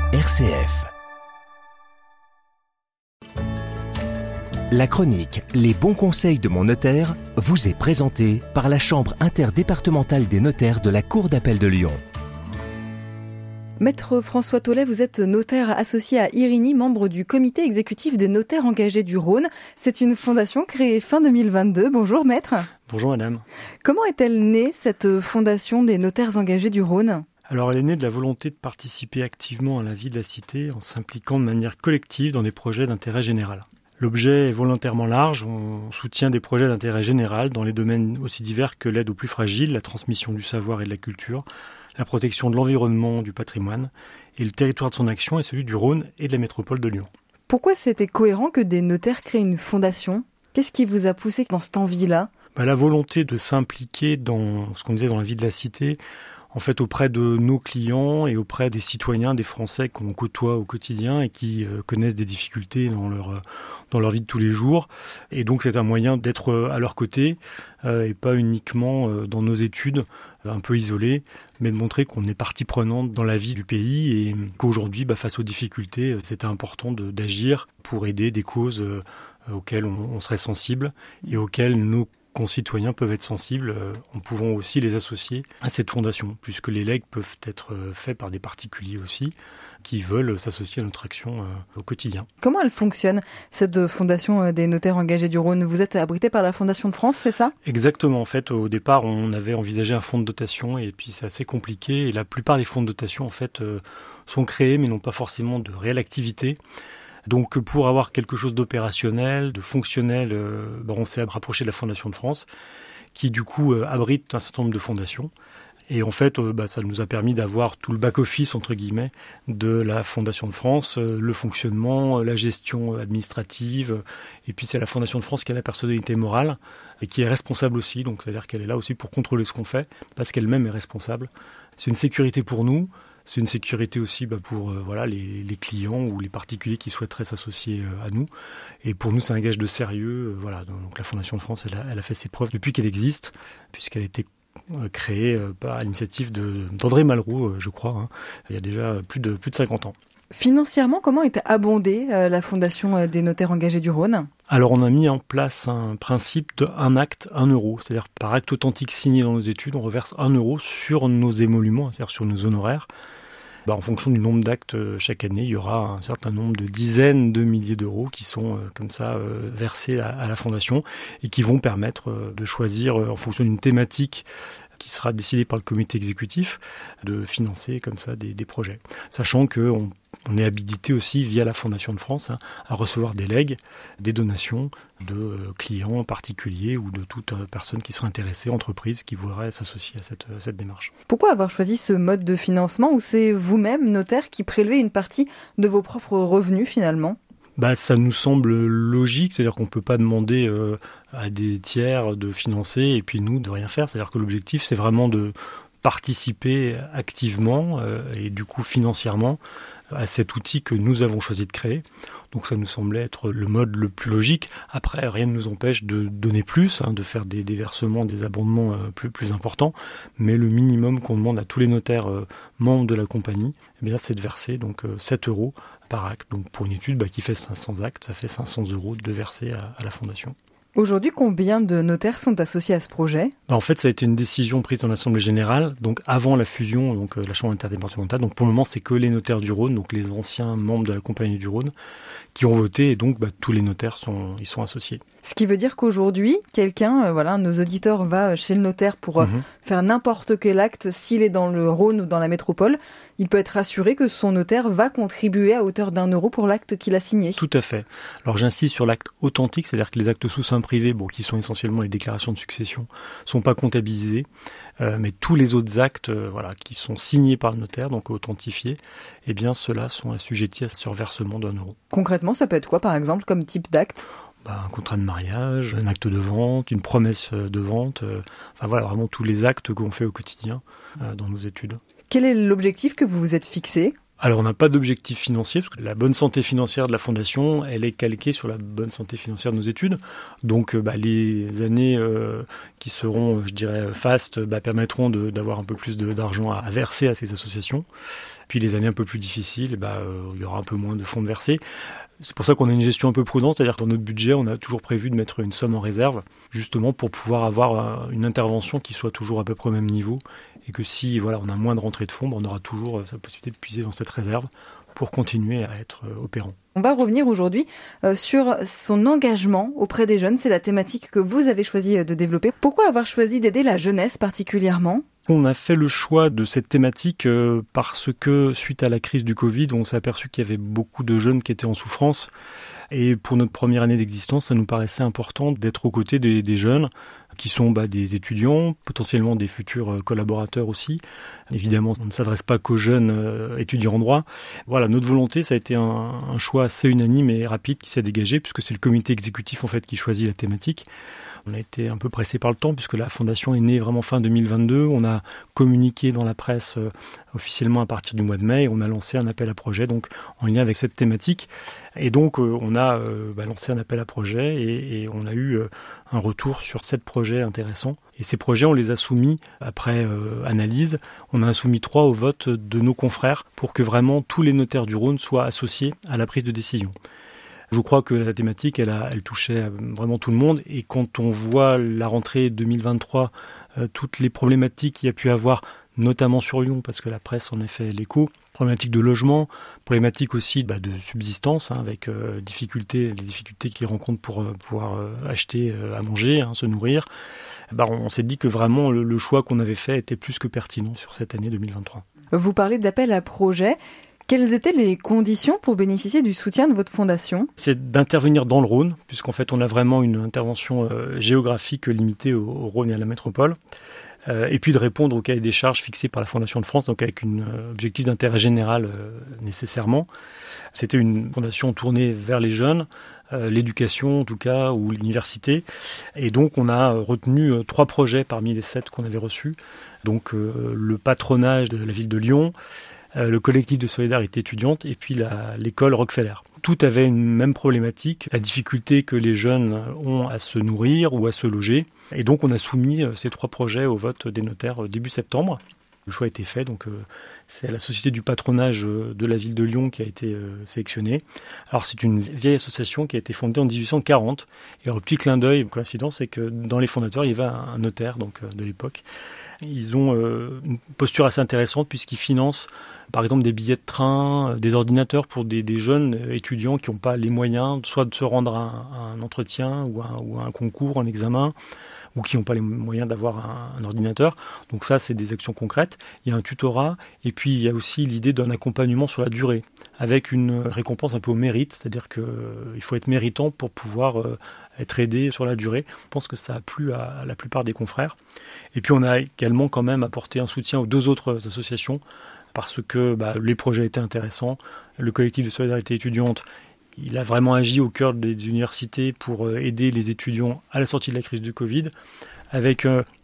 RCF. La chronique « Les bons conseils de mon notaire » vous est présentée par la Chambre interdépartementale des notaires de la Cour d'appel de Lyon. Maître François Tollet, vous êtes notaire associé à IRINI, membre du comité exécutif des notaires engagés du Rhône. C'est une fondation créée fin 2022. Bonjour maître. Bonjour madame. Comment est-elle née cette fondation des notaires engagés du Rhône ? Alors elle est née de la volonté de participer activement à la vie de la cité en s'impliquant de manière collective dans des projets d'intérêt général. L'objet est volontairement large, on soutient des projets d'intérêt général dans les domaines aussi divers que l'aide aux plus fragiles, la transmission du savoir et de la culture, la protection de l'environnement, du patrimoine, et le territoire de son action est celui du Rhône et de la métropole de Lyon. Pourquoi c'était cohérent que des notaires créent une fondation ? Qu'est-ce qui vous a poussé dans cette envie-là ? La volonté de s'impliquer dans ce qu'on disait dans la vie de la cité, en fait auprès de nos clients et auprès des citoyens, des Français qu'on côtoie au quotidien et qui connaissent des difficultés dans leur vie de tous les jours. Et donc c'est un moyen d'être à leur côté et pas uniquement dans nos études un peu isolées, mais de montrer qu'on est partie prenante dans la vie du pays et qu'aujourd'hui, face aux difficultés, c'était important d'agir pour aider des causes auxquelles on serait sensible et auxquelles nos concitoyens peuvent être sensibles en pouvant aussi les associer à cette fondation, puisque les legs peuvent être faits par des particuliers aussi qui veulent s'associer à notre action au quotidien. Comment elle fonctionne, cette fondation des notaires engagés du Rhône ? Vous êtes abrité par la Fondation de France, c'est ça ? Exactement. En fait, au départ, on avait envisagé un fonds de dotation et puis c'est assez compliqué. Et la plupart des fonds de dotation, en fait, sont créés mais n'ont pas forcément de réelle activité. Donc pour avoir quelque chose d'opérationnel, de fonctionnel, on s'est rapproché de la Fondation de France, qui du coup abrite un certain nombre de fondations. Et en fait, ça nous a permis d'avoir tout le back-office, entre guillemets, de la Fondation de France, le fonctionnement, la gestion administrative. Et puis c'est la Fondation de France qui a la personnalité morale et qui est responsable aussi. Donc c'est-à-dire qu'elle est là aussi pour contrôler ce qu'on fait, parce qu'elle-même est responsable. C'est une sécurité pour nous. C'est une sécurité aussi pour les clients ou les particuliers qui souhaiteraient s'associer à nous. Et pour nous, c'est un gage de sérieux. Donc la Fondation de France, elle a fait ses preuves depuis qu'elle existe, puisqu'elle a été créée à l'initiative d'André Malraux, je crois, il y a déjà plus de 50 ans. Financièrement, comment était abondée la Fondation des notaires engagés du Rhône ? Alors on a mis en place un principe de 1 acte, 1 euro. C'est-à-dire par acte authentique signé dans nos études, on reverse 1 euro sur nos émoluments, c'est-à-dire sur nos honoraires. En fonction du nombre d'actes chaque année, il y aura un certain nombre de dizaines de milliers d'euros qui sont comme ça versés à la Fondation et qui vont permettre de choisir en fonction d'une thématique qui sera décidée par le comité exécutif, de financer comme ça des projets. Sachant qu'on est habilité aussi via la Fondation de France à recevoir des legs, des donations de clients particuliers ou de toute personne qui serait intéressée, entreprise qui voudrait s'associer à cette démarche. Pourquoi avoir choisi ce mode de financement où c'est vous-même, notaire, qui prélevez une partie de vos propres revenus finalement ? Ça nous semble logique, c'est-à-dire qu'on ne peut pas demander à des tiers de financer et puis nous de rien faire. C'est-à-dire que l'objectif, c'est vraiment de participer activement et du coup financièrement à cet outil que nous avons choisi de créer. Donc ça nous semblait être le mode le plus logique. Après, rien ne nous empêche de donner plus, de faire des versements, des abondements plus importants. Mais le minimum qu'on demande à tous les notaires membres de la compagnie, c'est de verser donc 7 euros par acte. Donc pour une étude qui fait 500 actes, ça fait 500 euros de verser à la Fondation. Aujourd'hui, combien de notaires sont associés à ce projet ? En fait, ça a été une décision prise dans l'Assemblée générale, donc avant la fusion, donc la Chambre interdépartementale. Donc pour le moment, c'est que les notaires du Rhône, donc les anciens membres de la Compagnie du Rhône, qui ont voté et donc tous les notaires sont associés. Ce qui veut dire qu'aujourd'hui, quelqu'un, nos auditeurs, va chez le notaire pour faire n'importe quel acte, s'il est dans le Rhône ou dans la métropole, il peut être rassuré que son notaire va contribuer à hauteur d'1 euro pour l'acte qu'il a signé. Tout à fait. Alors j'insiste sur l'acte authentique, c'est-à-dire que les actes sous seing privé, qui sont essentiellement les déclarations de succession, sont pas comptabilisés. Mais tous les autres actes qui sont signés par le notaire, donc authentifiés, ceux-là sont assujettis à ce reversement d'1 euro. Concrètement, ça peut être quoi, par exemple, comme type d'acte ? Un contrat de mariage, un acte de vente, une promesse de vente, vraiment tous les actes qu'on fait au quotidien dans nos études. Quel est l'objectif que vous vous êtes fixé ? Alors on n'a pas d'objectif financier, parce que la bonne santé financière de la Fondation, elle est calquée sur la bonne santé financière de nos études. Donc les années qui seront, je dirais, fastes, permettront d'avoir un peu plus d'argent à verser à ces associations. Puis les années un peu plus difficiles, il y aura un peu moins de fonds de versés. C'est pour ça qu'on a une gestion un peu prudente, c'est-à-dire que dans notre budget, on a toujours prévu de mettre une somme en réserve, justement pour pouvoir avoir une intervention qui soit toujours à peu près au même niveau, et que si on a moins de rentrée de fonds, on aura toujours la possibilité de puiser dans cette réserve pour continuer à être opérant. On va revenir aujourd'hui sur son engagement auprès des jeunes. C'est la thématique que vous avez choisi de développer. Pourquoi avoir choisi d'aider la jeunesse particulièrement ? On a fait le choix de cette thématique parce que suite à la crise du Covid, on s'est aperçu qu'il y avait beaucoup de jeunes qui étaient en souffrance. Et pour notre première année d'existence, ça nous paraissait important d'être aux côtés des jeunes qui sont des étudiants, potentiellement des futurs collaborateurs aussi. Évidemment, on ne s'adresse pas qu'aux jeunes étudiants en droit. Voilà, notre volonté, ça a été un choix assez unanime et rapide qui s'est dégagé, puisque c'est le comité exécutif en fait qui choisit la thématique. On a été un peu pressé par le temps puisque la fondation est née vraiment fin 2022. On a communiqué dans la presse officiellement à partir du mois de mai et on a lancé un appel à projet donc en lien avec cette thématique. Et donc on a lancé un appel à projet et on a eu un retour sur 7 projets intéressants. Et ces projets, on les a soumis après analyse. On a soumis 3 au vote de nos confrères pour que vraiment tous les notaires du Rhône soient associés à la prise de décision. Je crois que la thématique, elle touchait vraiment tout le monde. Et quand on voit la rentrée 2023, toutes les problématiques qu'il y a pu avoir, notamment sur Lyon, parce que la presse en a fait l'écho, problématiques de logement, problématiques aussi de subsistance, avec les difficultés qu'ils rencontrent pour pouvoir acheter à manger, se nourrir. On s'est dit que vraiment le choix qu'on avait fait était plus que pertinent sur cette année 2023. Vous parlez d'appel à projet. Quelles étaient les conditions pour bénéficier du soutien de votre fondation ? C'est d'intervenir dans le Rhône, puisqu'en fait on a vraiment une intervention géographique limitée au Rhône et à la métropole, et puis de répondre au cahier des charges fixé par la Fondation de France, donc avec un objectif d'intérêt général nécessairement. C'était une fondation tournée vers les jeunes, l'éducation en tout cas, ou l'université, et donc on a retenu 3 projets parmi les 7 qu'on avait reçus, donc le patronage de la ville de Lyon, le collectif de solidarité étudiante et puis l'école Rockefeller. Tout avait une même problématique, la difficulté que les jeunes ont à se nourrir ou à se loger. Et donc on a soumis ces 3 projets au vote des notaires début septembre. Le choix a été fait, donc c'est la société du patronage de la ville de Lyon qui a été sélectionnée. Alors c'est une vieille association qui a été fondée en 1840. Et alors, le petit clin d'œil, coïncidence, c'est que dans les fondateurs, il y avait un notaire de l'époque. Ils ont une posture assez intéressante puisqu'ils financent par exemple des billets de train, des ordinateurs pour des jeunes étudiants qui n'ont pas les moyens soit de se rendre à un entretien ou à un concours, un examen, ou qui n'ont pas les moyens d'avoir un ordinateur. Donc ça, c'est des actions concrètes. Il y a un tutorat et puis il y a aussi l'idée d'un accompagnement sur la durée avec une récompense un peu au mérite, c'est-à-dire qu'il faut être méritant pour pouvoir être aidé sur la durée. Je pense que ça a plu à la plupart des confrères. Et puis on a également quand même apporté un soutien aux 2 autres associations parce que les projets étaient intéressants. Le collectif de solidarité étudiante, il a vraiment agi au cœur des universités pour aider les étudiants à la sortie de la crise du Covid, avec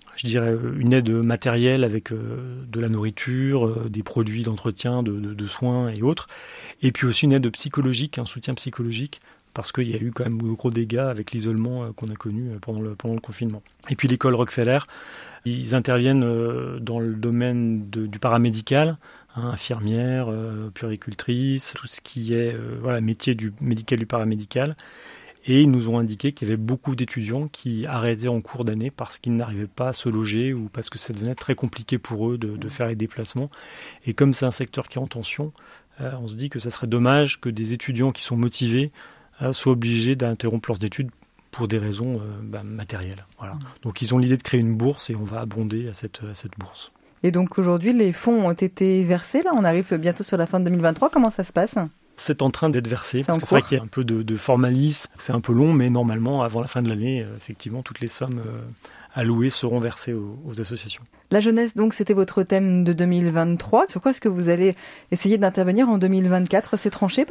une aide matérielle, avec de la nourriture, des produits d'entretien, de soins et autres. Et puis aussi une aide psychologique, un soutien psychologique, parce qu'il y a eu quand même de gros dégâts avec l'isolement qu'on a connu pendant le confinement. Et puis l'école Rockefeller, ils interviennent dans le domaine du paramédical, infirmières, puéricultrices, tout ce qui est métier du médical, du paramédical. Et ils nous ont indiqué qu'il y avait beaucoup d'étudiants qui arrêtaient en cours d'année parce qu'ils n'arrivaient pas à se loger ou parce que ça devenait très compliqué pour eux de faire les déplacements. Et comme c'est un secteur qui est en tension, on se dit que ça serait dommage que des étudiants qui sont motivés soient obligés d'interrompre leurs études pour des raisons matérielles. Voilà. Donc ils ont l'idée de créer une bourse et on va abonder à cette bourse. Et donc aujourd'hui, les fonds ont été versés. Là, on arrive bientôt sur la fin de 2023. Comment ça se passe ? C'est en train d'être versé. C'est vrai qu'il y a un peu de formalisme. C'est un peu long, mais normalement, avant la fin de l'année, effectivement, toutes les sommes allouées seront versées aux associations. La jeunesse, donc, c'était votre thème de 2023. Sur quoi est-ce que vous allez essayer d'intervenir en 2024 ? C'est tranché, pas encore ?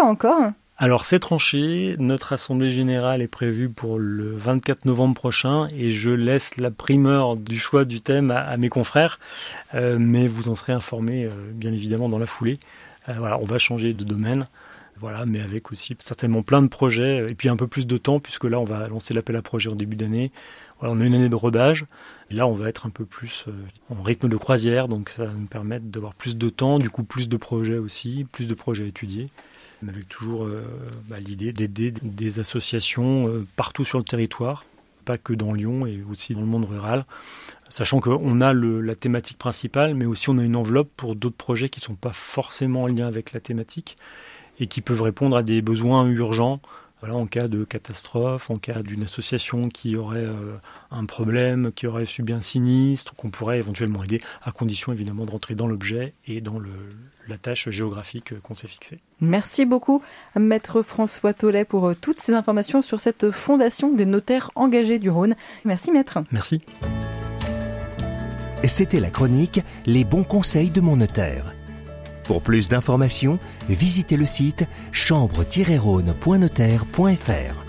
Alors c'est tranché, notre assemblée générale est prévue pour le 24 novembre prochain et je laisse la primeur du choix du thème à mes confrères, mais vous en serez informés bien évidemment dans la foulée. Voilà, on va changer de domaine, voilà, mais avec aussi certainement plein de projets et puis un peu plus de temps puisque là on va lancer l'appel à projet en début d'année. Voilà, on a une année de rodage et là on va être un peu plus en rythme de croisière, donc ça va nous permettre d'avoir plus de temps, du coup plus de projets aussi, plus de projets à étudier. Avec toujours l'idée d'aider des associations partout sur le territoire, pas que dans Lyon et aussi dans le monde rural, sachant qu'on a la thématique principale, mais aussi on a une enveloppe pour d'autres projets qui ne sont pas forcément en lien avec la thématique et qui peuvent répondre à des besoins urgents. Voilà, en cas de catastrophe, en cas d'une association qui aurait un problème, qui aurait subi un sinistre, qu'on pourrait éventuellement aider, à condition évidemment de rentrer dans l'objet et dans la tâche géographique qu'on s'est fixée. Merci beaucoup, Maître François Thollet, pour toutes ces informations sur cette fondation des notaires engagés du Rhône. Merci, Maître. Merci. C'était la chronique « Les bons conseils de mon notaire ». Pour plus d'informations, visitez le site chambre-rhône.notaire.fr.